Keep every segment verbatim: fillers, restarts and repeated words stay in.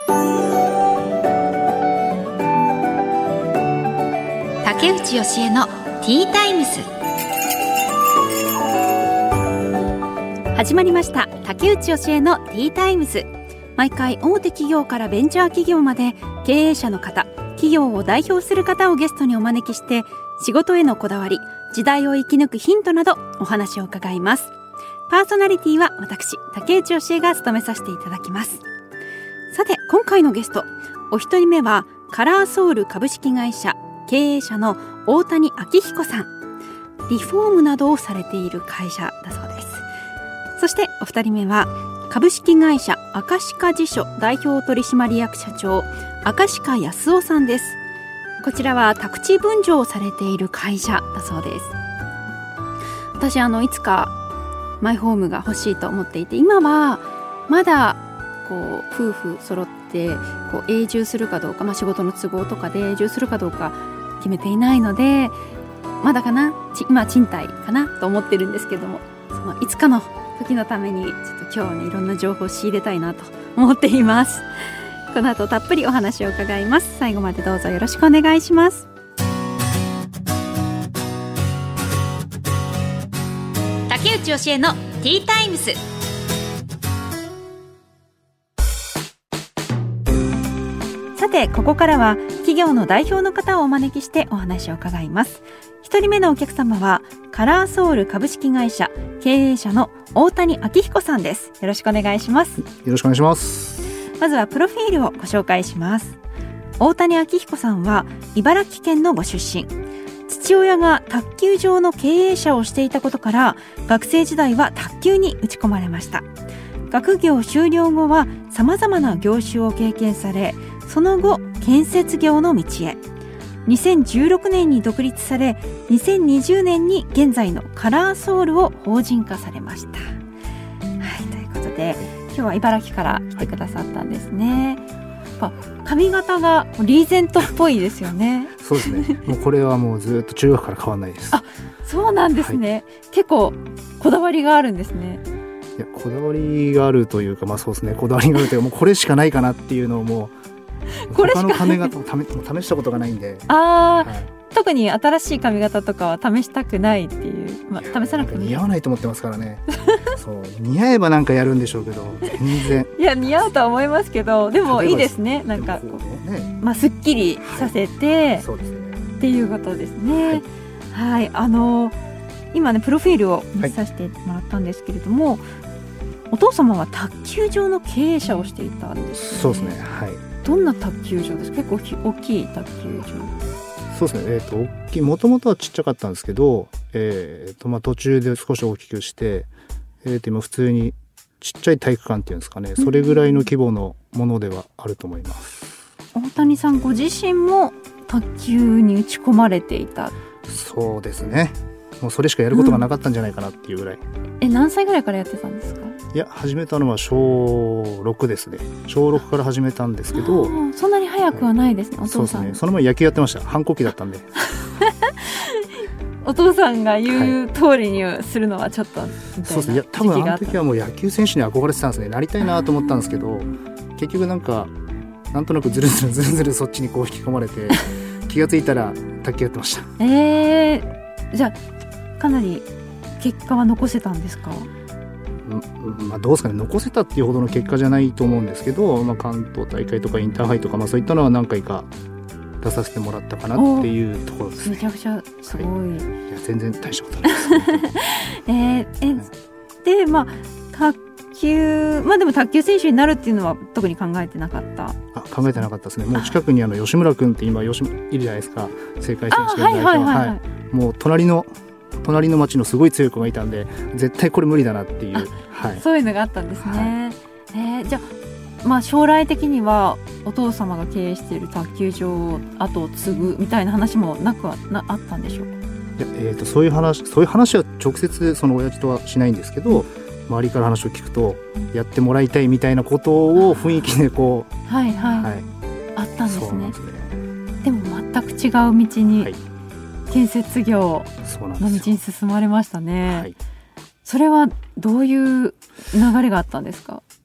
竹内義恵のティータイムス。始まりました。竹内義恵のティータイムス。毎回大手企業からベンチャー企業まで経営者の方、企業を代表する方をゲストにお招きして、仕事へのこだわり、時代を生き抜くヒントなどお話を伺います。パーソナリティは私、竹内義恵が務めさせていただきます。さて、今回のゲスト、お一人目はカラーソウル株式会社経営者の大谷昭彦さん。リフォームなどをされている会社だそうです。そしてお二人目は株式会社アカシカ地所代表取締役社長、赤鹿康夫さんです。こちらは宅地分譲をされている会社だそうです。私あのいつかマイホームが欲しいと思っていて、今はまだこう夫婦揃ってこう永住するかどうか、まあ、仕事の都合とかで永住するかどうか決めていないので、まだかな、今賃貸かなと思ってるんですけども、そのいつかの時のためにちょっと今日はね、いろんな情報を仕入れたいなと思っています。この後たっぷりお話を伺います。最後までどうぞよろしくお願いします。竹内義恵のティータイムス。さて、ここからは企業の代表の方をお招きしてお話を伺います。一人目のお客様はカラーソウル株式会社経営者の大谷昭彦さんです。よろしくお願いします。 よろしくお願いします。 まずはプロフィールをご紹介します。大谷昭彦さんは茨城県のご出身。父親が卓球場の経営者をしていたことから、学生時代は卓球に打ち込まれました。学業終了後は様々な業種を経験され、その後建設業の道へ。にせんじゅうろくねんに独立され、にせんにじゅうねんに現在のカラーソウルを法人化されました。はい、ということで今日は茨城から来てくださったんですね。やっぱ髪型がリーゼントっぽいですよね。 そうですね。もうこれはもうずっと中学から変わらないです。 あ、そうなんですね。はい、結構こだわりがあるんですね。 いや、こだわりがあるというか、まあそうですね。こだわりがあるというか、もうこれしかないかなっていうのをもうこれしか他の髪型を試したことがないんで。 あ、はい、 はい、 特に新しい髪型とかは試したくないっていう、まあ、試さなくても似合わないと思ってますからね。そう、似合えばなんかやるんでしょうけど、全然いや、似合うとは思いますけど、でもいいですね。なんかこう、ね、まあ、すっきりさせて、はい、 そうですね、 っていうことですね。はい、はい、あの今ねプロフィールを見させてもらったんですけれども、はい、お父様は卓球場の経営者をしていたんですね。 そうですね、はい。 どんな卓球場ですか？結構大きい卓球場。 そうですね、えーと、大きい、もともとはちっちゃかったんですけど、えーとまあ、途中で少し大きくして、えーと今普通にちっちゃい体育館っていうんですかね、それぐらいの規模のものではあると思います。 大谷さんご自身も卓球に打ち込まれていた？ そうですね、もうそれしかやることがなかったんじゃないかなっていうぐらい、うん、 え何歳ぐらいからやってたんですか？ いや、始めたのはしょうろくですね。しょうろくから始めたんですけど、 そんなに早くはないですね、はい、お父さん。 そうですね、その前野球やってました。反抗期だったんでお父さんが言う通りにするのはちょっとみたいな、 そうですね、いや多分あの時はもう野球選手に憧れてたんですね。なりたいなと思ったんですけど、結局なんかなんとなくずるずるずるずるそっちにこう引き込まれて気がついたら卓球やってました。 えー、じゃあかなり結果は残せたんですか？ まあ、どうですかね、残せたっていうほどの結果じゃないと思うんですけど、まあ、関東大会とかインターハイとか、まあ、そういったのは何回か出させてもらったかなっていうところですね。 めちゃくちゃすごい、はい、いや全然大したことないですえー、えで、まあ、卓球、まあでも卓球選手になるっていうのは特に考えてなかった？ あ、考えてなかったですね。もう近くにあの吉村君って今吉村いるじゃないですか、世界選手権代表、はいはいはいはい、もう隣の隣の町のすごい強い子がいたんで、絶対これ無理だなっていう、はい、 そういうのがあったんですね。はい、えー、じゃあ、まあ、将来的にはお父様が経営している卓球場を後を継ぐみたいな話もなくはなあったんでしょうか？いや、 えーと、そういう話そういう話は直接その親父とはしないんですけど、周りから話を聞くとやってもらいたいみたいなことを雰囲気でこう、 はいはい、はい、あったんですね。そうなんですね。でも全く違う道に、はい、建設業の道に進まれましたね。はい、それはどういう流れがあったんですか？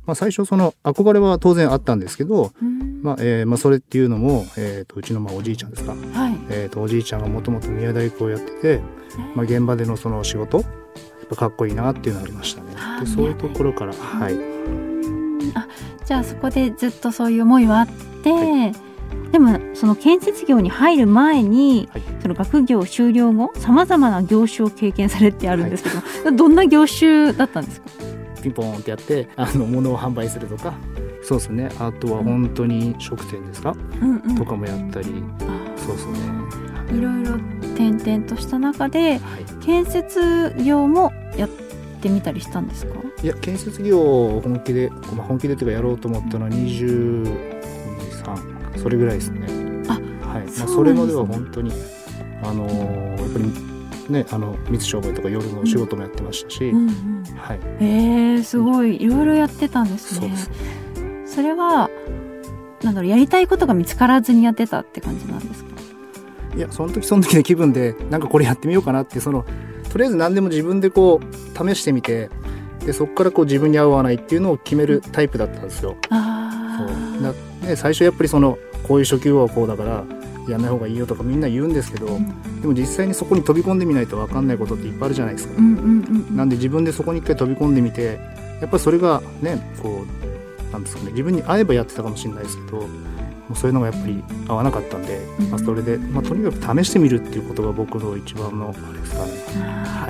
まあ、最初その憧れは当然あったんですけど、まあえーまあ、それっていうのも、えー、とうちのまあおじいちゃんですか、 はいえー、とおじいちゃんがもともと宮大工をやってて、まあ、現場でのその仕事やっぱかっこいいなっていうのがありましたね。でそういうところから、はい、 あじゃあそこでずっとそういう思いはあって、はい、でもその建設業に入る前に、はい、その学業終了後さまざまな業種を経験されてあるんですけど、はい、どんな業種だったんですか？ ピンポーンってやってあの物を販売するとか、そうですね、あとは本当に食店ですか、うんうん、とかもやったり、そうですね、 いろいろ転々とした中で、はい、建設業もやってみたりしたんですか？ いや建設業を本気で、まあ、本気でというかやろうと思ったのはにじゅうに、さんそれぐらいですね。あ、はい、まあ、それまでは本当にあのー、やっぱりね、あの密商売とか夜のお仕事もやってましたし、うんうんうん、はい、 えー、すごいいろいろやってたんですね。そうです。それはなんだろう、やりたいことが見つからずにやってたって感じなんですか？ いや、その時その時の気分でなんかこれやってみようかなって、そのとりあえず何でも自分でこう試してみて、でそこからこう自分に合う合わないっていうのを決めるタイプだったんですよ。あそうだ、ね、最初やっぱりそのこういう初級はこうだからやんない方がいいよとかみんな言うんですけど、うん、でも実際にそこに飛び込んでみないと分かんないことっていっぱいあるじゃないですか、うんうんうんうん、なんで自分でそこに一回飛び込んでみて、やっぱりそれがねこうなんですかね、自分に合えばやってたかもしれないですけど、もうそういうのがやっぱり合わなかったんで、うん、まあ、それで、まあ、とにかく試してみるっていうことが僕の一番のあれですかね、はい、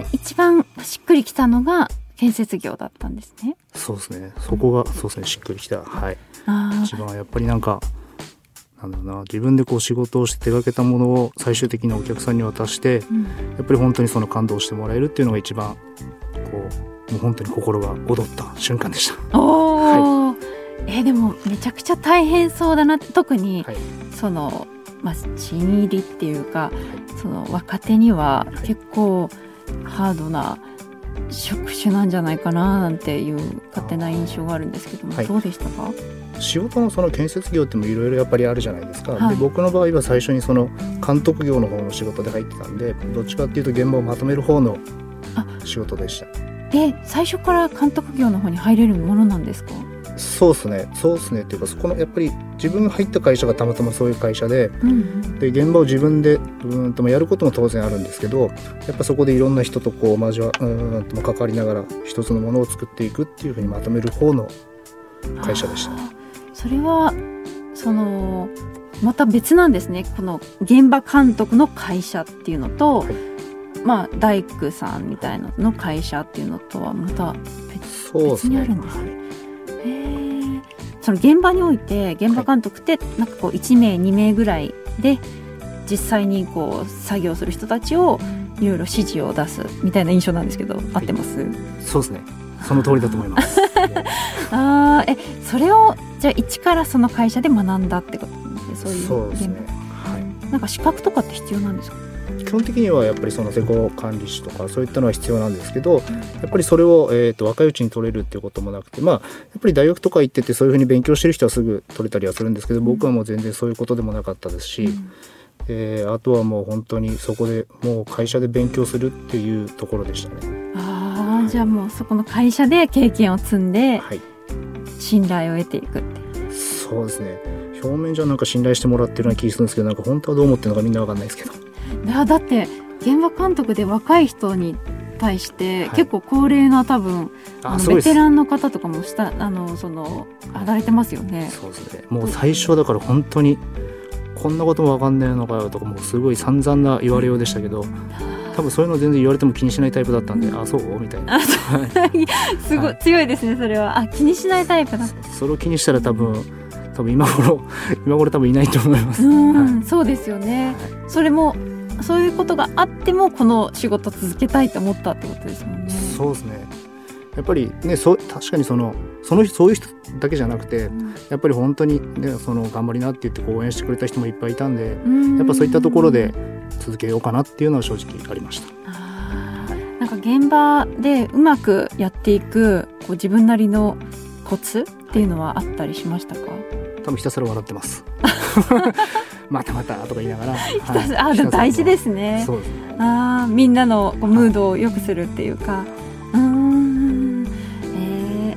一番しっくりきたのが建設業だったんですね。 そうですね、そこがそうですね、しっくりきた、はい、あ一番やっぱりなんかなんだろうな、自分でこう仕事をして手掛けたものを最終的にお客さんに渡して、うん、やっぱり本当にその感動してもらえるっていうのが一番こうもう本当に心が躍った瞬間でした。 おー、はい、えー、でもめちゃくちゃ大変そうだな。特に、はい、その、まあ、新入りっていうか、はい、その若手には結構ハードな職種なんじゃないかななんていう勝手な印象があるんですけども、はい、どうでしたか？ 仕事のその建設業ってもいろいろやっぱりあるじゃないですか、はい、で僕の場合は最初にその監督業の方の仕事で入ってたんで、どっちかっていうと現場をまとめる方の仕事でした。 で最初から監督業の方に入れるものなんですか？ そうですね、そうですねっていうか、そこのやっぱり自分が入った会社がたまたまそういう会社で、うんうん、で現場を自分でうんとやることも当然あるんですけど、やっぱそこでいろんな人とこう交わうんと関わりながら一つのものを作っていくっていうふうにまとめる方の会社でした。 それはそのまた別なんですね。この現場監督の会社っていうのと、はい、まあ大工さんみたいなの会社っていうのとはまた 別, 別にあるんですね。へー、その現場において現場監督ってなんかこういちめいにめいぐらいで実際にこう作業する人たちをいろいろ指示を出すみたいな印象なんですけど、合ってます？ はい、そうですね、その通りだと思いますあえそれをじゃあ一からその会社で学んだってことなんですね。そういう現場、そうですね、はい、なんか資格とかって必要なんですか？ 基本的にはやっぱりその施工管理士とかそういったのは必要なんですけど、やっぱりそれを、えーと若いうちに取れるっていうこともなくて、まあやっぱり大学とか行っててそういうふうに勉強してる人はすぐ取れたりはするんですけど、僕はもう全然そういうことでもなかったですし、うん、えー、あとはもう本当にそこでもう会社で勉強するっていうところでしたね。 あ、はい、じゃあもうそこの会社で経験を積んで、はい、信頼を得ていくっていう。 そうですね、表面上なんか信頼してもらってるような気がするんですけど、なんか本当はどう思ってるのかみんな分かんないですけど、 だ, だって現場監督で若い人に対して、はい、結構高齢な多分あのベテランの方とかもしたあのその働いてますよね。 そうですね、もう最初だから本当にこんなことも分かんないのかよとかもうすごい散々な言われようでしたけど、多分そういうの全然言われても気にしないタイプだったんで、あ、そうみたいな。 すごい強いですね、それは。あ、気にしないタイプだ。 そ, それを気にしたら多分多分今頃今頃多分いないと思います。 うん、はい、そうですよね、はい、それもそういうことがあってもこの仕事続けたいと思ったってことですもんね。 そうですね、やっぱりね、そ確かにそのそのそういう人だけじゃなくて、うん、やっぱり本当に、ね、その頑張りなって言ってこう応援してくれた人もいっぱいいたんで、んやっぱそういったところで続けようかなっていうのは正直ありました。 あ、はい、なんか現場でうまくやっていくこう自分なりのコツっていうのはあったりしましたか？はい、 多分ひたすら笑ってますまたまたとか言いながら、 ひたすら、はい、あ、大事ですね。 そうですね、 あ、みんなのこうムードを良くするっていうか、はい、うーん、えー、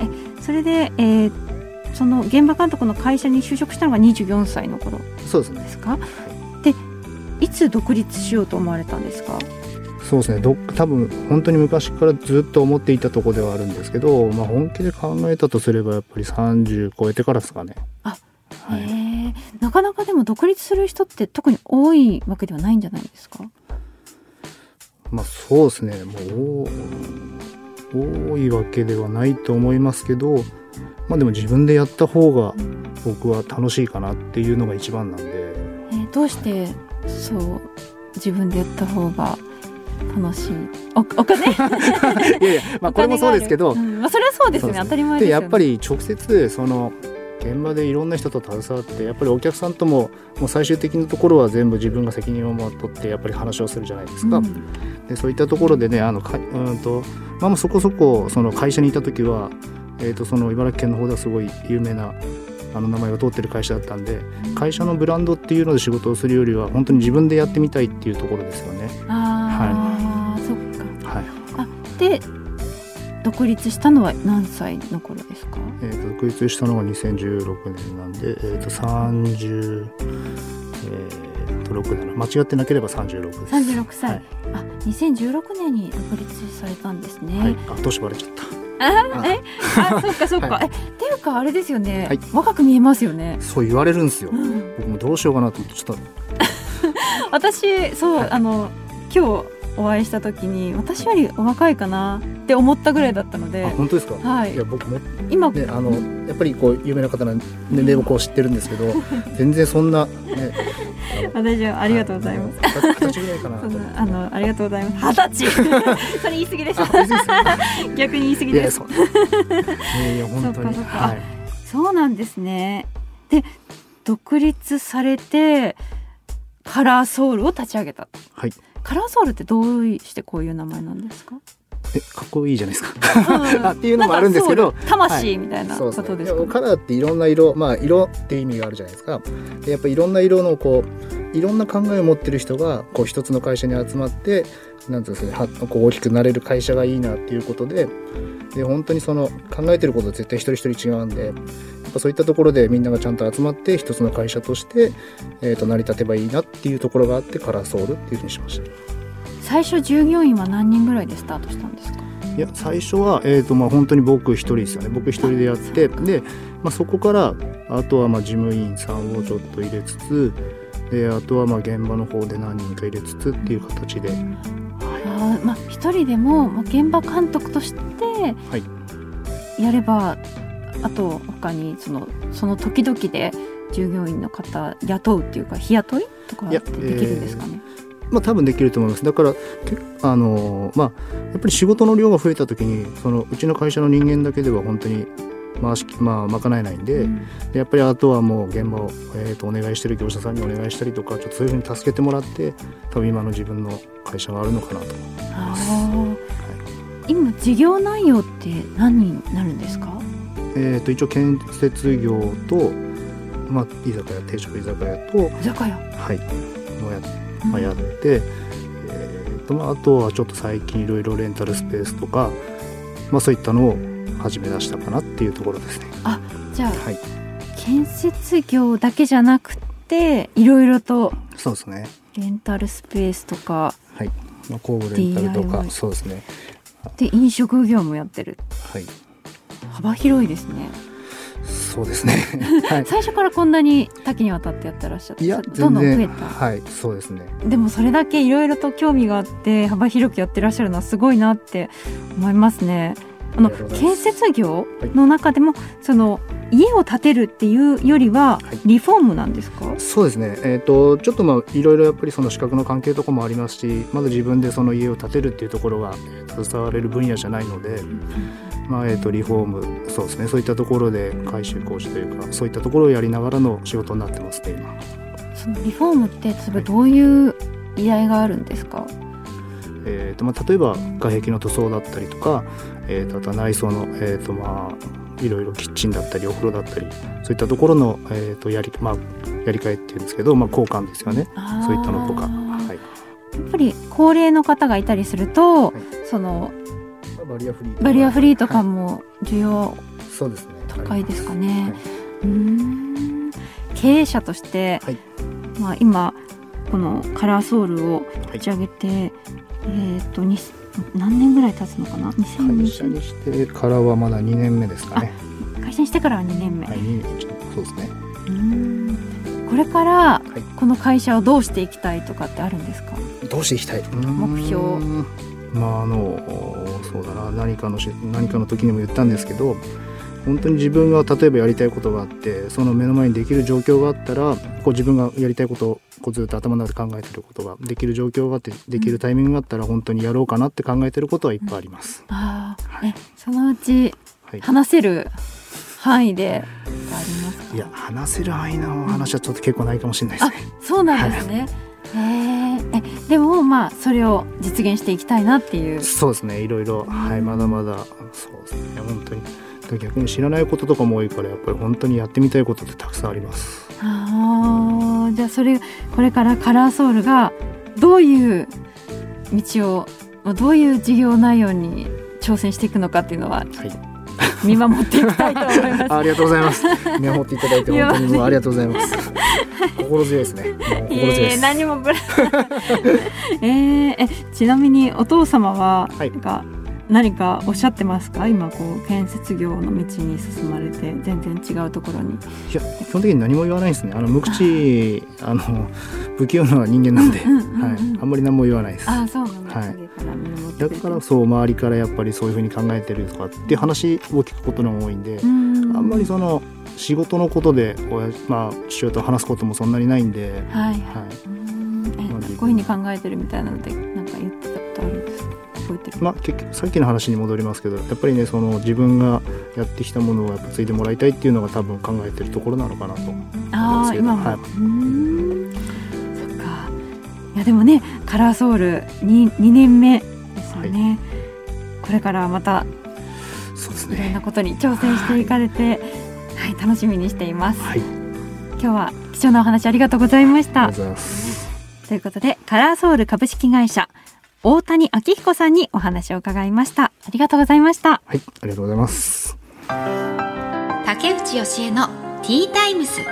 それで、えー、その現場監督の会社に就職したのがにじゅうよんさいの頃そうですね。 ですか？で、いつ独立しようと思われたんですか？ そうですね、ど多分本当に昔からずっと思っていたところではあるんですけど、まあ、本気で考えたとすればやっぱりさんじゅう超えてからですかね。 あ、 はい、 へー、なかなかでも独立する人って特に多いわけではないんじゃないですか？ まあそうですね、もう多いわけではないと思いますけど、まあでも自分でやった方が僕は楽しいかなっていうのが一番なんで、 えー、どうしてそう自分でやった方が楽しい？ お, お金いやいや、まあ、これもそうですけど、 うん、まあ、それはそうですね、当たり前ですよね。 でやっぱり直接その現場でいろんな人と携わってやっぱりお客さんとももう最終的なところは全部自分が責任を持ってやっぱり話をするじゃないですか、うん、でそういったところでねあのかうんと、まあ、そこそこその会社にいた時は、えー、とその茨城県の方ではすごい有名なあの名前が通ってる会社だったんで、会社のブランドっていうので仕事をするよりは本当に自分でやってみたいっていうところですよね。 あ、はい、そっか、はい、あで独立したのは何歳の頃ですか？ えー、独立したのがにせんじゅうろくねんなんで、えー、とさんじゅう、えー、とろくだな、間違ってなければさんじゅうろくです。 さんじゅうろくさい、はい、あにせんじゅうろくねんに独立されたんですね。 はい、あ年バレちゃった。 あえあそっかそっか、はい、えっていうかあれですよね、はい、若く見えますよね。 そう言われるんですよ、うん、僕もどうしようかなと思ってちょっと私そう、はい、あの今日お会いした時に私よりお若いかなって思ったぐらいだったので。 あ本当ですか？ はい、 いや僕も今、 ね、あのやっぱりこう有名な方の年齢をこう知ってるんですけど全然そんな、ね、 私はありがとうございます。 二十歳ぐらいかな。 そんなあのありがとうございます。二十歳それ言い過ぎでしょ逆に言い過ぎです。いやいや本当にそうかそうか、はい、そうなんですね。で独立されてカラーソウルを立ち上げた。 はい。 カラーソウルってどうしてこういう名前なんですか？ えかっこいいじゃないですかっていうのもあるんですけど、 魂みたいなことですか、 はい、そうですね、カラーっていろんな色、まあ、色っていう意味があるじゃないですか。でやっぱりいろんな色のこういろんな考えを持ってる人がこう一つの会社に集まってなんていうんですかね、こう大きくなれる会社がいいなっていうことで、で本当にその考えてることは絶対一人一人違うんで、やっぱそういったところでみんながちゃんと集まって一つの会社として、えー、と成り立てばいいなっていうところがあってカラーソウルっていうふうにしました。 最初従業員は何人ぐらいでスタートしたんですか？ いや最初は、えーとまあ、本当に僕一人ですよね。僕一人でやってで、まあ、そこからあとはまあ事務員さんをちょっと入れつつであとはまあ現場の方で何人か入れつつっていう形で、 あ、まあ、一人でも、まあ、現場監督としてやれば、はい、あと他にその、その時々で従業員の方雇うっていうか日雇いとかってできるんですかね？ まあ、多分できると思います。だからあの、まあ、やっぱり仕事の量が増えた時にそのうちの会社の人間だけでは本当に回し、まあ、賄えないんで、うん、でやっぱりあとはもう現場を、えー、とお願いしてる業者さんにお願いしたりとかちょっとそういうふうに助けてもらって多分今の自分の会社があるのかなと思います。はい、 今事業内容って何になるんですか？ えー、と一応建設業と、まあ、居酒屋定食居酒屋と居酒屋、 はい、もやってまあ、やって、えーとまあ、あとはちょっと最近いろいろレンタルスペースとか、まあ、そういったのを始め出したかなっていうところですね。 あ、じゃあ、はい、建設業だけじゃなくていろいろとそうですね、 レンタルスペースとか、 はい、まあ、工具レンタルとかそうですね。 で飲食業もやってる、 はい、 幅広いですね。 そうですね、はい、 最初からこんなに多岐にわたってやってらっしゃって、 いやどんどん増えた。 はい、そうですね。 でもそれだけいろいろと興味があって幅広くやってらっしゃるのはすごいなって思いますね。あの建設業の中でも、はい、その家を建てるっていうよりはリフォームなんですか？ はい、そうですね、えーと、ちょっとまあいろいろやっぱりその資格の関係とかもありますし、まだ自分でその家を建てるっていうところが携われる分野じゃないので、うんまあえー、とリフォームそうですね、そういったところで改修工事というかそういったところをやりながらの仕事になってますね今。 そのリフォームって例えばどういう依頼があるんですか？はい、 えーとまあ、例えば外壁の塗装だったりとか、えー、とあとは内装の、えーとまあ、いろいろキッチンだったりお風呂だったりそういったところの、えー、とやり、まあ、やり替えっていうんですけど、まあ、交換ですよね。そういったのとか、はい、 やっぱり高齢の方がいたりすると、はい、そのバリアフリーとか、バリアフリーとかも需要そうですね、 高いですかね、 はい、 うーん経営者として、はい、まあ、今このカラーソウルを立ち上げて、はい、えー、とに何年ぐらい経つのかな。 会社にしてからはまだにねんめですかね。 会社にしてからはにねんめ、はい、 そうですね。 うーんこれからこの会社をどうしていきたいとかってあるんですか。 どうしていきたい目標。 まああのそうだな、何かのし何かの時にも言ったんですけど、本当に自分が例えばやりたいことがあって、その目の前にできる状況があったら、こう自分がやりたいことをこうずっと頭の中で考えてることができる状況があって、できるタイミングがあったら本当にやろうかなって考えてることはいっぱいあります、 うん、あ、はい、えそのうち話せる範囲でありますか。 いや、話せる範囲の話はちょっと結構ないかもしれないですね。 あ、そうなんですね、はい、えー、えでもまあそれを実現していきたいなっていう。 そうですね、いろいろ、はい、まだまだそうですね、本当に逆に知らないこととかも多いから、やっぱり本当にやってみたいことってたくさんあります。 あ、じゃあそれこれからカラーソウルがどういう道を、どういう事業内容に挑戦していくのかっていうのは、はい、見守っていきたいと思いますありがとうございます。見守っていただいて本当にもうありがとうございます心強いですね。もう心強いです。 何もぶらえー、えちなみにお父様は、はい、が何かおっしゃってますか。今こう建設業の道に進まれて全然違うところに。いや、基本的に何も言わないですね。あの無口、あの不器用な人間なんで、うんうんうん、はい、あんまり何も言わないです。 あ、そうなんです、はい、 だからそう周りからやっぱりそういうふうに考えてるとかっていう話を聞くことの多いんで、うん、あんまりその仕事のことで親、まあ、父親と話すこともそんなにないんで、はいはい、うん、 えこういうふうに考えてるみたいなのでなんか言ってたことあるんですか。 まあ、結局さっきの話に戻りますけど、やっぱりね、その自分がやってきたものをやっぱ継いでもらいたいっていうのが多分考えてるところなのかなと思いますけど。あ、今も、はい、うーん、 そっか。いやでもね、カラーソウル に, にねんめですよね、はい、これからまたそうですね、 いろんなことに挑戦していかれて、はいはい、楽しみにしています、はい、今日は貴重なお話ありがとうございました。 ありがとうございます。 ということで、カラーソウル株式会社大谷明彦さんにお話を伺いました。ありがとうございました。 はい、ありがとうございます。 竹内義恵のティータイムス。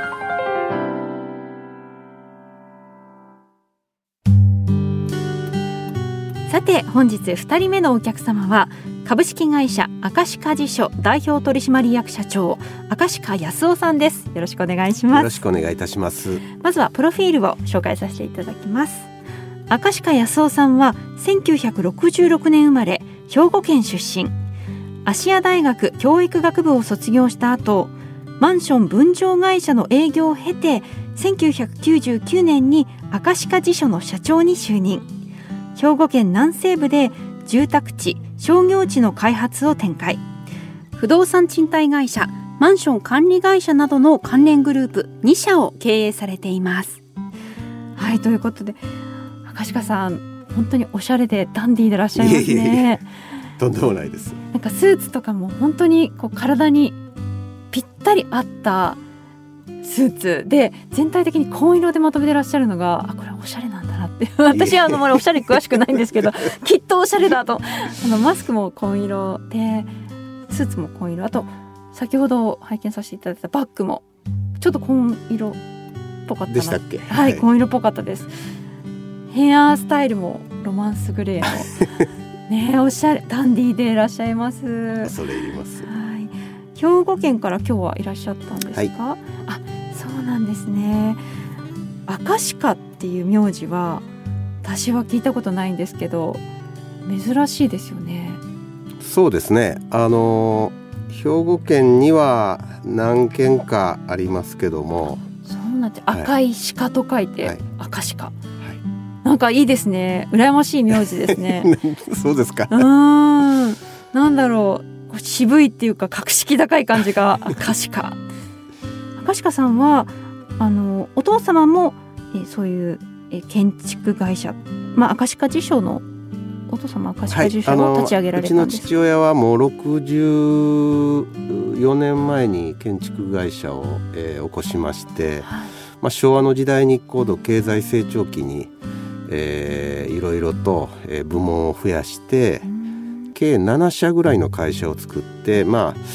さて本日ふたりめのお客様は株式会社明石家地所代表取締役社長明石家康夫さんです。よろしくお願いします。 よろしくお願いいたします。 まずはプロフィールを紹介させていただきます。明石家康夫さんはせんきゅうひゃくろくじゅうろくねん生まれ、兵庫県出身。芦屋大学教育学部を卒業した後、マンション分譲会社の営業を経てせんきゅうひゃくきゅうじゅうきゅうねんに明石家地所の社長に就任。兵庫県南西部で住宅地、商業地の開発を展開。不動産賃貸会社、マンション管理会社などの関連グループにしゃを経営されています。はい、ということで明石家さん、本当におしゃれでダンディーでいらっしゃいますね。いやいやいや、 とんでもないです。 なんかスーツとかも本当にこう体にぴったり合ったスーツで、全体的に紺色でまとめてらっしゃるのが、あ、これおしゃれなんだなって私はあのおしゃれ詳しくないんですけどきっとおしゃれだと。あのマスクも紺色で、スーツも紺色、あと先ほど拝見させていただいたバッグもちょっと紺色っぽかったな。 でしたっけ。 はい、紺色っぽかったです。ヘアスタイルもロマンスグレーのね、おしゃれダンディーでいらっしゃいます。 それいります。 はい、兵庫県から今日はいらっしゃったんですか。はい、あ、そうなんですね。明石家っていう名字は私は聞いたことないんですけど、珍しいですよね。 そうですね、あの兵庫県には何軒かありますけども、 そうなんて、赤い鹿と書いて、はい、明石家、はい、なんかいいですね。羨ましい名字ですねそうですか。 うーん、なんだろう、渋いっていうか格式高い感じが明石家明石家さんはあのお父様もえそういうえ建築会社、まあ、明石家地所のお父様、明石家地所を立ち上げられたんです。 はい、うちの父親はもうろくじゅうよねんまえに建築会社を、えー、起こしまして、はい、まあ、昭和の時代に高度経済成長期に、えー、いろいろと、えー、部門を増やして計ななしゃぐらいの会社を作って、まあ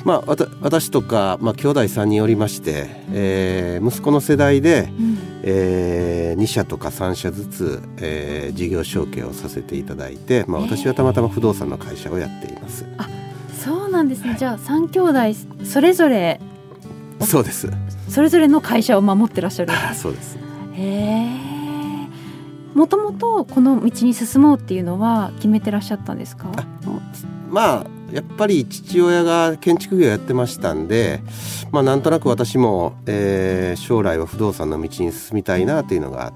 まあ、わた私とか、まあ、兄弟さんにんおりまして、えー、息子の世代で、うんえー、に社とかさん社ずつ、えー、事業承継をさせていただいて、まあ、私はたまたま不動産の会社をやっています、 えー、あそうなんですね、はい、じゃあさん兄弟それぞれそうですそれぞれの会社を守ってらっしゃる。 あそうです。 へーもともとこの道に進もうっていうのは決めてらっしゃったんですか？ あまあやっぱり父親が建築業やってましたんで、まあ、なんとなく私も、えー、将来は不動産の道に進みたいなというのがあって、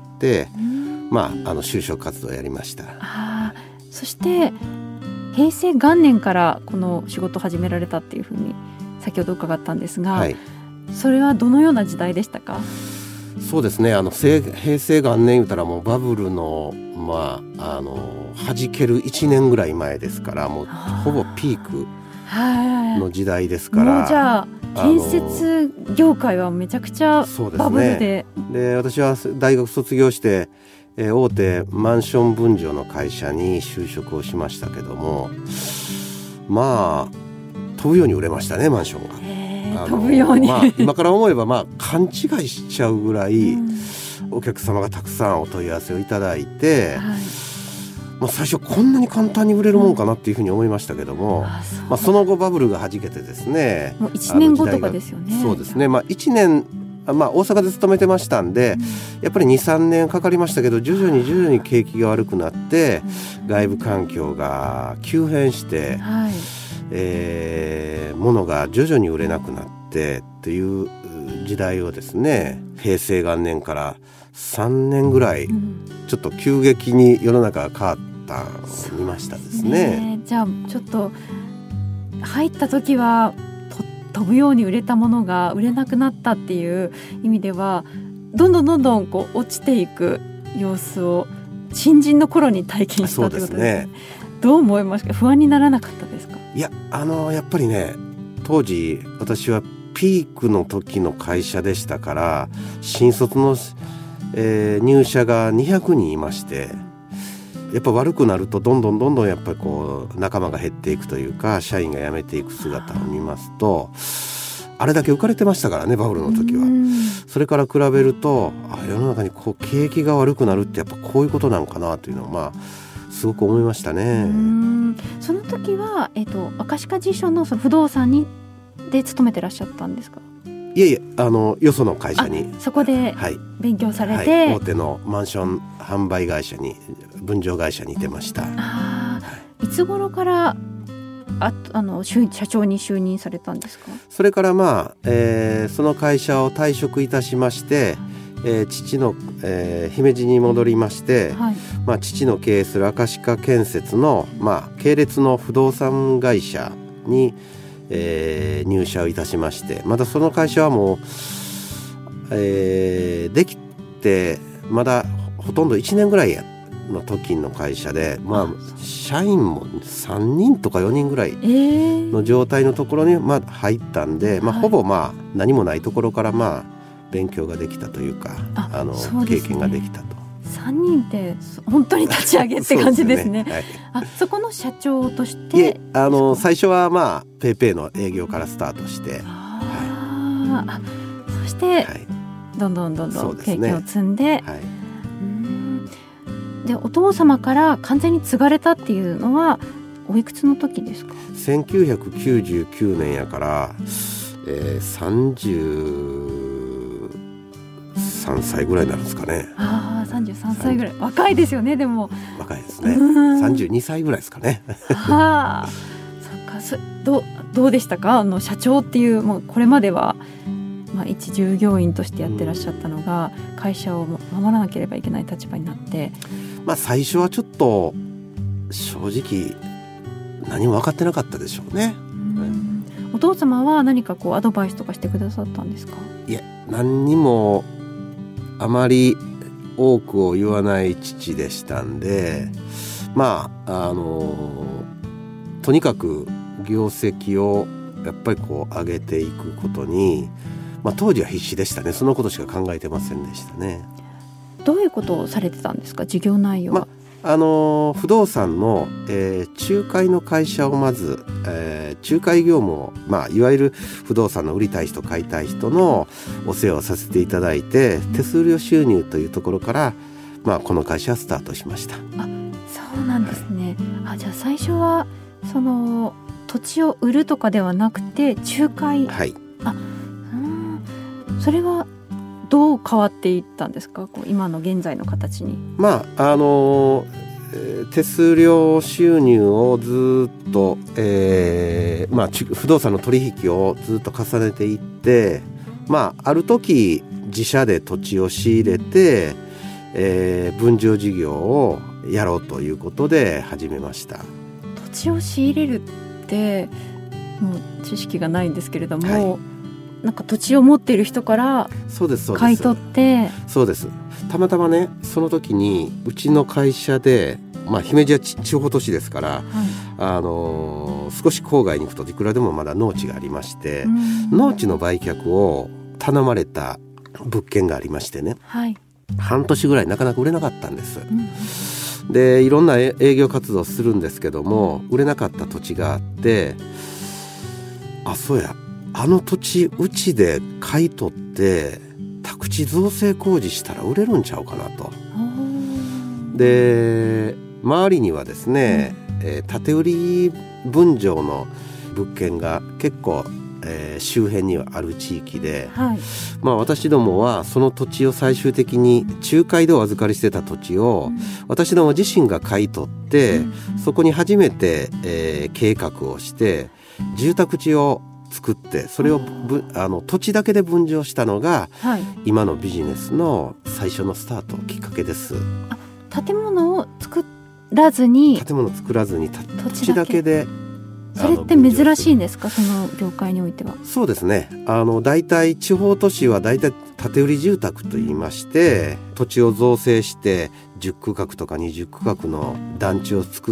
まあ、あの就職活動をやりました。 あそして平成元年からこの仕事を始められたっていうふうに先ほど伺ったんですが、はい、それはどのような時代でしたか？ そうですねあの平成元年言ったらもうバブルのまああの弾けるいちねんぐらい前ですからもうほぼピークの時代ですから、 もうじゃあ建設業界はめちゃくちゃバブルで、 で、ね、で私は大学卒業して、えー、大手マンション分譲の会社に就職をしましたけども、まあ飛ぶように売れましたねマンションが。 飛ぶように、 まあ、今から思えばまあ勘違いしちゃうぐらい、うん、お客様がたくさんお問い合わせをいただいて、はいまあ、最初こんなに簡単に売れるもんかなっていうふうに思いましたけども、うんあそまあ、その後バブルが弾けてですねもういちねんごとかですよね。 そうですね、まあ、いちねん、まあ、大阪で勤めてましたんで、うん、やっぱり にさんねんかかりましたけど徐々に徐々に景気が悪くなって、うん、外部環境が急変して、はいえー、物が徐々に売れなくなってっていう時代をですね平成元年からさんねんぐらいちょっと急激に世の中が変わったのを見ましたですね、 ねじゃあちょっと入った時はと飛ぶように売れたものが売れなくなったっていう意味ではどんどんどんどんこう落ちていく様子を新人の頃に体験したということですね。どう思いますか？不安にならなかったですか？ いやあのやっぱりね当時私はピークの時の会社でしたから新卒の、えー、入社がにひゃくにんいましてやっぱ悪くなるとどんどんどんどんやっぱりこう仲間が減っていくというか社員が辞めていく姿を見ますとあれだけ浮かれてましたからねバブルの時は。それから比べるとあ世の中にこう景気が悪くなるってやっぱこういうことなのかなというのをまあすごく思いましたね。 うんその時は、えーと、明石家地所のその不動産にで勤めてらっしゃったんですか？ いえいえあのよその会社にそこで勉強されて、 はいはい、大手のマンション販売会社に分譲会社にいてました。 あ、はい、いつ頃からああの社長に就任されたんですか？ それからまあ、えー、その会社を退職いたしまして、えー、父の、えー、姫路に戻りまして、はいまあ、父の経営する明石家建設の、まあ、系列の不動産会社に、えー、入社をいたしましてまたその会社はもう、えー、できてまだほとんどいちねんぐらいの時の会社で、まあ、社員もさんにんとかよにんぐらいの状態のところに、まあ、入ったんで、まあ、ほぼまあ何もないところからまあ勉強ができたというかああのそうですね、経験ができたと。 さんにんって本当に立ち上げって感じですね。そ, すね、はい、あそこの社長としていえあの最初はまあペイペイの営業からスタートしてあ、 はい、あそして、はい、どんどんどんどん経験を積んで、ねはい、うんでお父様から完全に継がれたっていうのはおいくつの時ですか？ せんきゅうひゃくきゅうじゅうきゅうねんやから、えー、さんじゅうさんさいぐらいになるんですかね。 ああさんじゅうさんさいぐらい若いですよね。でも若いですね。さんじゅうにさいぐらいですかね。 はあそっかそどうどうでしたか？あの社長っていうもうこれまでは、まあ、一従業員としてやってらっしゃったのが、うん、会社を守らなければいけない立場になって、 まあ、最初はちょっと正直何も分かってなかったでしょうね。 うん、お父様は何かこうアドバイスとかしてくださったんですか？ いや何にもあまり多くを言わない父でしたんで、まああのとにかく業績をやっぱりこう上げていくことに、まあ、当時は必死でしたね。そのことしか考えてませんでしたね。 どういうことをされてたんですか？事業内容は、まあの不動産の、えー、仲介の会社をまず、えー、仲介業務を、まあ、いわゆる不動産の売りたい人買いたい人のお世話をさせていただいて、手数料収入というところから、まあ、この会社はスタートしました。 あ、そうなんですね。はい、あ、じゃあ最初はその土地を売るとかではなくて仲介、 はい、 あ、うん、それはどう変わっていったんですか、こう今の現在の形に。 まああのー、手数料収入をずっと、えーまあ、不動産の取引をずっと重ねていって、まあ、ある時自社で土地を仕入れて、えー、分譲事業をやろうということで始めました。 土地を仕入れるってもう知識がないんですけれども、はい、なんか土地を持っている人から買い取って、 そうです、たまたまねその時にうちの会社で、まあ、姫路は地方都市ですから、はい、あのー、少し郊外に行くといくらでもまだ農地がありまして、農地の売却を頼まれた物件がありましてね、はい、半年ぐらいなかなか売れなかったんです、うん、でいろんな営業活動するんですけども売れなかった土地があって、あ、そうや、あの土地うちで買い取って宅地造成工事したら売れるんちゃうかなと。で周りにはですね、うん、えー、建て売り分譲の物件が結構、えー、周辺にはある地域で、はい、まあ、私どもはその土地を最終的に仲介でお預かりしてた土地を、うん、私ども自身が買い取って、うん、そこに初めて、えー、計画をして住宅地を作って、それをぶあの土地だけで分譲したのが、はい、今のビジネスの最初のスタートきっかけです。 あ、建物を作らずに建物を作らずに土地だけで、 それって珍しいんですか、その業界においては。 そうですね、あのだいたい地方都市はだいたい建て売り住宅といいまして、土地を造成してじゅっくかくとかにじゅっくかくの団地を作って、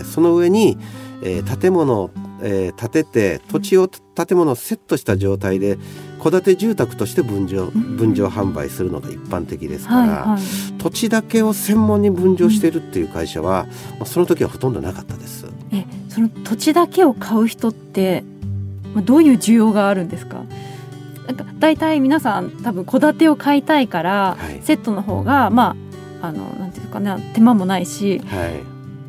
その上に、えー、建物を、えー、建てて土地を建物をセットした状態で戸建て住宅として分譲、分譲販売するのが一般的ですから、はいはい、土地だけを専門に分譲しているっていう会社は、まあ、その時はほとんどなかったです。 え、その土地だけを買う人って、まあ、どういう需要があるんですか。なんかだいたい皆さん多分戸建てを買いたいから、はい、セットの方がまああのなんていうかね、手間もないし、はい、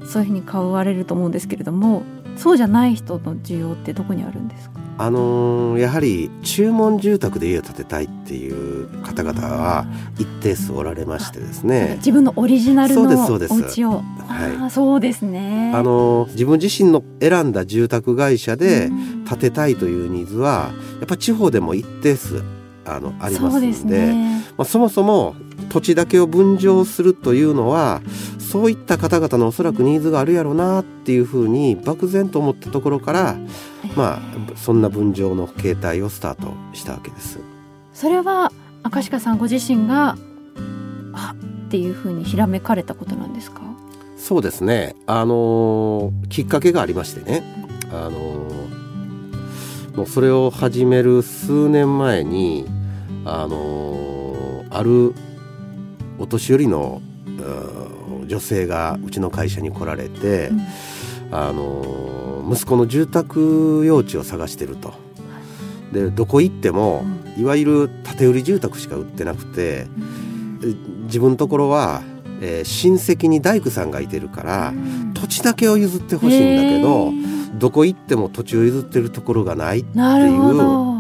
そういうふうに買われると思うんですけれども、そうじゃない人の需要ってどこにあるんですか。 あのー、やはり注文住宅で家を建てたいっていう方々は一定数おられましてですね、 自分のオリジナルのお家を。 そうですそうです、はい、 あ、そうですね、 あのー、自分自身の選んだ住宅会社で建てたいというニーズはやっぱ地方でも一定数あのありますの で, そうですね、まあ、そもそも土地だけを分譲するというのはそういった方々のおそらくニーズがあるやろうなっていうふうに漠然と思ったところから、まあ、そんな分譲の形態をスタートしたわけです。 それは赤鹿さんご自身があっていうふうにひらめかれたことなんですか。 そうですね、あのー、きっかけがありましてね、あのー、もうそれを始める数年前にあのー、あるお年寄りの女性がうちの会社に来られて、うん、あの息子の住宅用地を探してると。でどこ行っても、うん、いわゆる建て売り住宅しか売ってなくて、うん、自分のところは、えー、親戚に大工さんがいてるから、うん、土地だけを譲ってほしいんだけど、どこ行っても土地を譲ってるところがないっていう、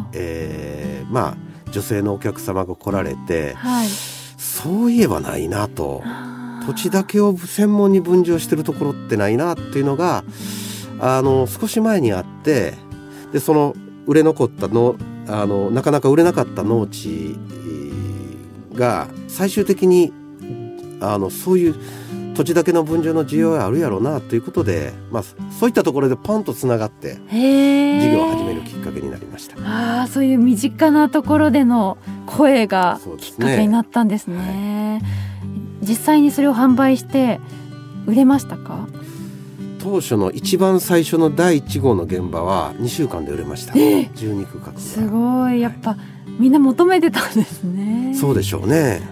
えー、まあ女性のお客様が来られて、はい、そういえばないなと、土地だけを専門に分譲してるところってないなっていうのがあの少し前にあって、でその売れ残ったのあのなかなか売れなかった農地が最終的にあのそういう土地だけの分譲の需要があるやろうなということで、まあ、そういったところでポンとつながって事業を始めるきっかけになりました。 あ、そういう身近なところでの声がきっかけになったんですね。実際にそれを販売して売れましたか。 当初の一番最初のだいいち号の現場はにしゅうかんで売れました。じゅうにくかく。 すごい、やっぱみんな求めてたんですね。 そうでしょうね、 うん、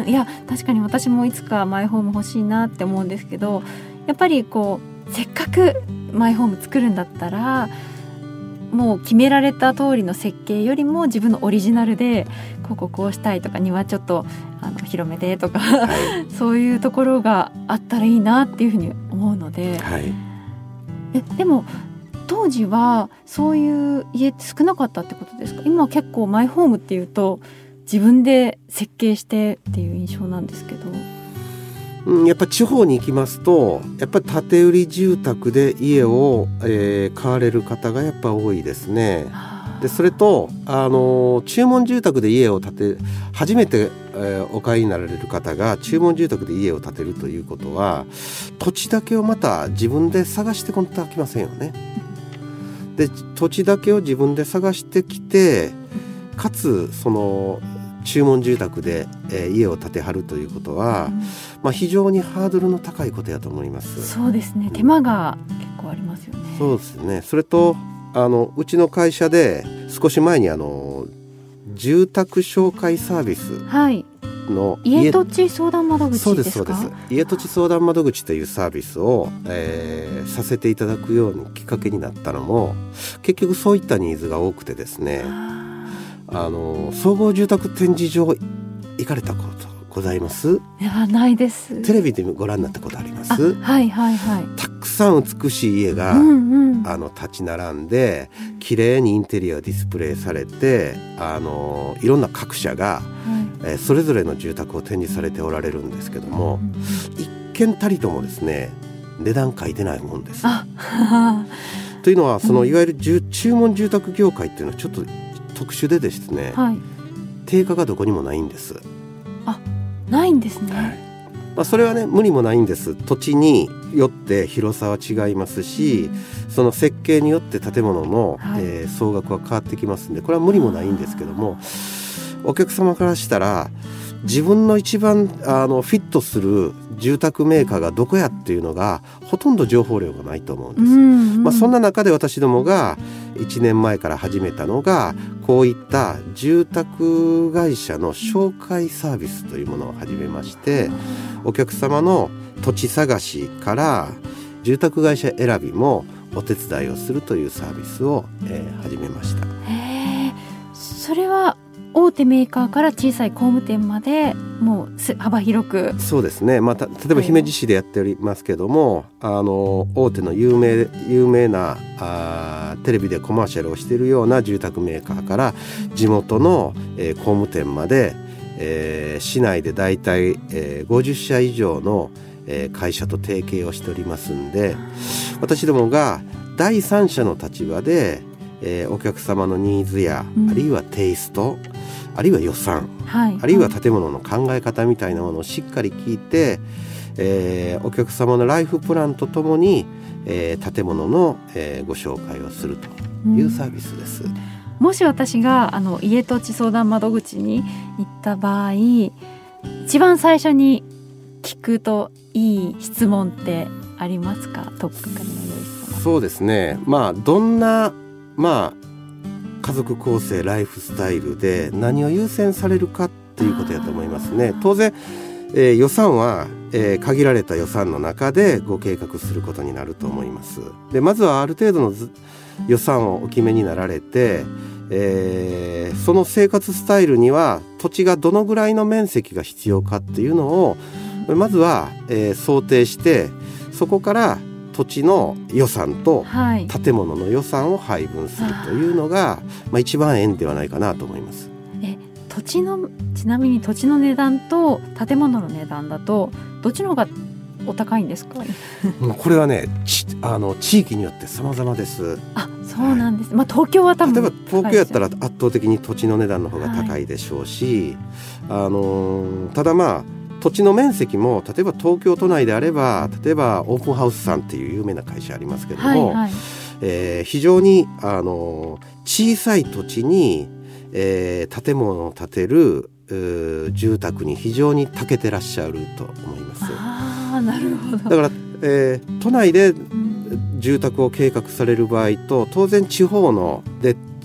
いや確かに私もいつかマイホーム欲しいなって思うんですけど、やっぱりこうせっかくマイホーム作るんだったらもう決められた通りの設計よりも自分のオリジナルでこうこうこうしたいとか、庭ちょっとあの広めでとか、はい、そういうところがあったらいいなっていうふうに思うので、はい、えでも当時はそういう家って少なかったってことですか？今は結構マイホームっていうと自分で設計してっていう印象なんですけど、 うん、やっぱ地方に行きますとやっぱり建て売り住宅で家を、えー、買われる方がやっぱ多いですね。でそれと、あの注文住宅で家を建て初めて、えー、お買いになられる方が注文住宅で家を建てるということは土地だけをまた自分で探してこんとはきませんよね。で土地だけを自分で探してきて、かつその注文住宅で、えー、家を建てはるということは、うんまあ、非常にハードルの高いことやと思います。 そうですね、手間が結構ありますよね。 そうですね。それとあのうちの会社で少し前にあの住宅紹介サービスの、 はい、家土地相談窓口ですか？ そうですそうです。家土地相談窓口というサービスを、えー、させていただくようにきっかけになったのも結局そういったニーズが多くてですね、あの総合住宅展示場行かれたことございます？ いやないです。 テレビでご覧になったことあります？ はいはいはい。 たくさん美しい家が、うんうん、あの立ち並んで綺麗にインテリアをディスプレイされて、あのいろんな各社が、はいえー、それぞれの住宅を展示されておられるんですけども、うん、一見たりともですね値段書いてないもんです。あというのはそのいわゆる、うん、注文住宅業界っていうのはちょっと特殊でですね、はい、定価がどこにもないんです。 あないんですね、はいまあ、それはね無理もないんです。土地によって広さは違いますし、うん、その設計によって建物の、はいえー、総額は変わってきますんでこれは無理もないんですけども、お客様からしたら自分の一番あのフィットする住宅メーカーがどこやっていうのがほとんど情報量がないと思うんです、うんうんまあ、そんな中で私どもがいちねんまえから始めたのがこういった住宅会社の紹介サービスというものを始めまして、お客様の土地探しから住宅会社選びもお手伝いをするというサービスを、えー、始めました。 へー、それは大手メーカーから小さい工務店までもう幅広く。そうですね、 まあ、た例えば姫路市でやっておりますけども、あの大手の有名、有名なあテレビでコマーシャルをしているような住宅メーカーから地元の、えー、工務店まで、えー、市内でだいたい、えー、ごじゅっしゃ以上の、えー、会社と提携をしておりますんで、私どもが第三者の立場で、えー、お客様のニーズや、うん、あるいはテイストあるいは予算、はい、あるいは建物の考え方みたいなものをしっかり聞いて、えー、お客様のライフプランとともに、えー、建物の、えー、ご紹介をするというサービスです、うん、 もし私があの家土地相談窓口に行った場合、一番最初に聞くといい質問ってありますか？とっかかりの用意様。 そうですね、まあどんなまあ家族構成ライフスタイルで何を優先されるかっていうことやと思いますね。当然、えー、予算は、えー、限られた予算の中でご計画することになると思います。でまずはある程度の予算をお決めになられて、えー、その生活スタイルには土地がどのぐらいの面積が必要かっていうのをまずは、えー、想定して、そこから土地の予算と建物の予算を配分するというのが、はいまあ、一番円ではないかなと思います。 え土地のちなみに土地の値段と建物の値段だとどっちの方がお高いんですか？ これはねちあの地域によって様々です。 あそうなんです、はいまあ、東京は多分例えば東京やったら圧倒的に土地の値段の方が高いでしょうし、はい、あのただまあ土地の面積も例えば東京都内であれば例えばオープンハウスさんっていう有名な会社ありますけども、はいはいえー、非常にあの小さい土地に、えー、建物を建てる住宅に非常に長けてらっしゃると思います。 あなるほど。 だから、えー、都内で住宅を計画される場合と当然地方ので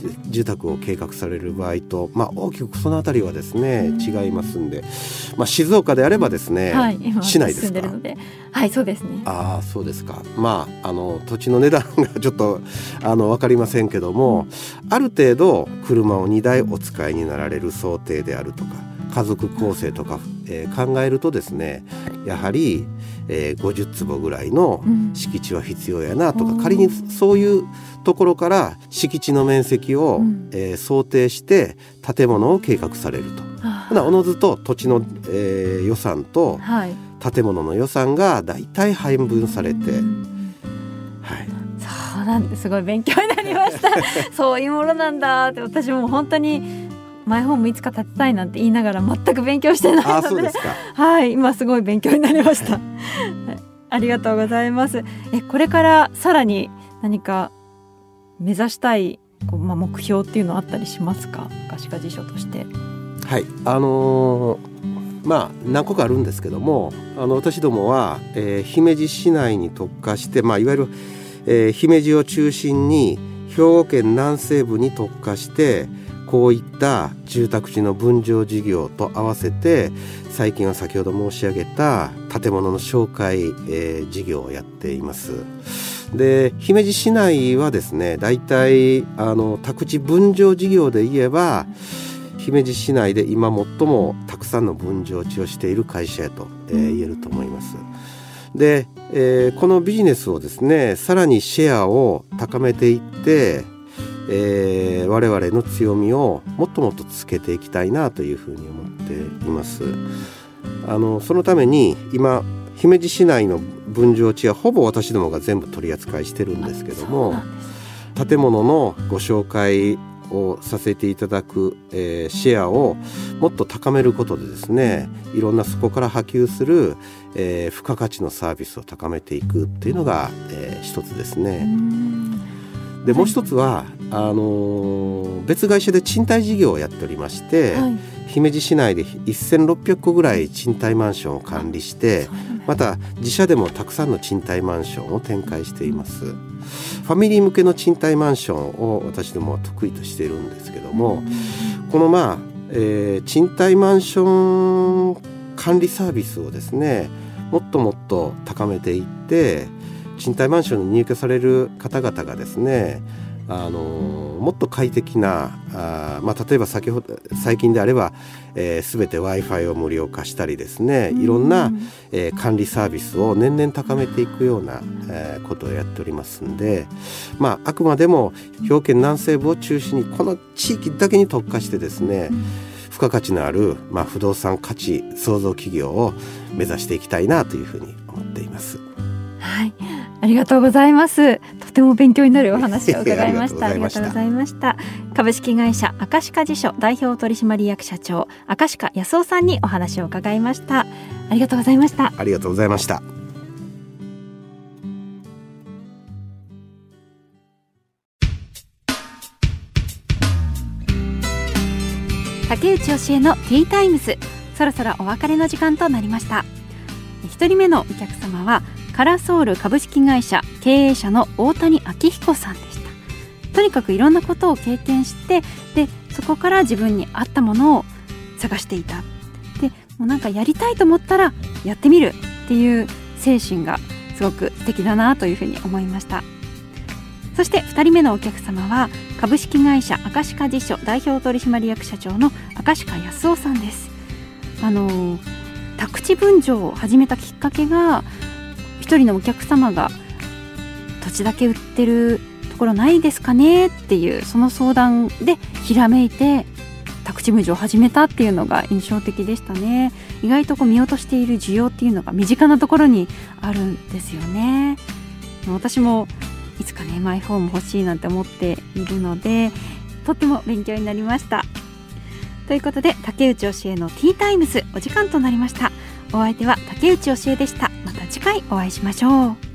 住宅を計画される場合と、まあ、大きくそのあたりはですね違いますんで、まあ、静岡であればですね、 はい、今市内ですか。 住んでるので、はい、そうですね。 ああ、そうですか。まあ、あの土地の値段がちょっとあの分かりませんけども、うん、ある程度車をにだいお使いになられる想定であるとか家族構成とか、えー、考えるとですね、やはり、えー、ごじゅっつぼぐらいの敷地は必要やなとか、うん、仮にそういうところから敷地の面積を、うんえー、想定して建物を計画されると、ほなおのずと土地の、えー、予算と建物の予算がだいたい配分されて、うんはい、 そうなんです。すごい勉強になりましたそういうものなんだって。私も本当にマイホームいつか建てたいなんて言いながら全く勉強してないので、 あ、そうですか。 はい、今すごい勉強になりましたありがとうございます。えこれからさらに何か目指したいこう、まあ、目標っていうのはあったりしますか、可視化辞書として。 はい、あのー、まあ何個かあるんですけども、あの私どもは、えー、姫路市内に特化して、まあ、いわゆる、えー、姫路を中心に兵庫県南西部に特化してこういった住宅地の分譲事業と合わせて最近は先ほど申し上げた建物の紹介、えー、事業をやっています。で姫路市内はですね、だいたいあの宅地分譲事業で言えば姫路市内で今最もたくさんの分譲地をしている会社へと、えー、言えると思います。で、えー、このビジネスをですねさらにシェアを高めていってえー、我々の強みをもっともっとつけていきたいなというふうに思っています。あのそのために今姫路市内の分譲地はほぼ私どもが全部取り扱いしてるんですけども、建物のご紹介をさせていただく、えー、シェアをもっと高めることでですね、いろんなそこから波及する、えー、付加価値のサービスを高めていくっていうのが、えー、一つですね。でもう一つはあのー、別会社で賃貸事業をやっておりまして、はい、姫路市内でせんろっぴゃっこぐらい賃貸マンションを管理して、また自社でもたくさんの賃貸マンションを展開しています。ファミリー向けの賃貸マンションを私どもは得意としているんですけども、このまあ、えー、賃貸マンション管理サービスをですねもっともっと高めていって、賃貸マンションに入居される方々がですね、あのもっと快適なあ、まあ、例えば先ほど最近であれば、えー、全て Wi-Fi を無料化したりですね、いろんな、えー、管理サービスを年々高めていくような、えー、ことをやっておりますんで、まあ、あくまでも兵庫県南西部を中心にこの地域だけに特化してですね、付加価値のある、まあ、不動産価値創造企業を目指していきたいなというふうに思っています。 はい、ありがとうございます。とても勉強になるお話を伺いましたありがとうございました。株式会社明石家辞書代表取締役社長明石家康夫さんにお話を伺いました。ありがとうございました。 ありがとうございました。 竹内教えのティータイムズ、そろそろお別れの時間となりました。一人目のお客様はカラソール株式会社経営者の大谷明彦さんでした。とにかくいろんなことを経験して、でそこから自分に合ったものを探していた。でもうなんかやりたいと思ったらやってみるっていう精神がすごく素敵だなというふうに思いました。そしてふたりめのお客様は株式会社明石家辞書代表取締役社長の明石家康夫さんです。あの宅地分譲を始めたきっかけが、一人のお客様が土地だけ売ってるところないですかねっていうその相談でひらめいて宅地分譲を始めたっていうのが印象的でしたね。意外とこう見落としている需要っていうのが身近なところにあるんですよね。私もいつかねマイホーム欲しいなんて思っているので、とっても勉強になりました。ということで竹内教えのティータイムズお時間となりました。お相手は竹内教えでした。また次回お会いしましょう。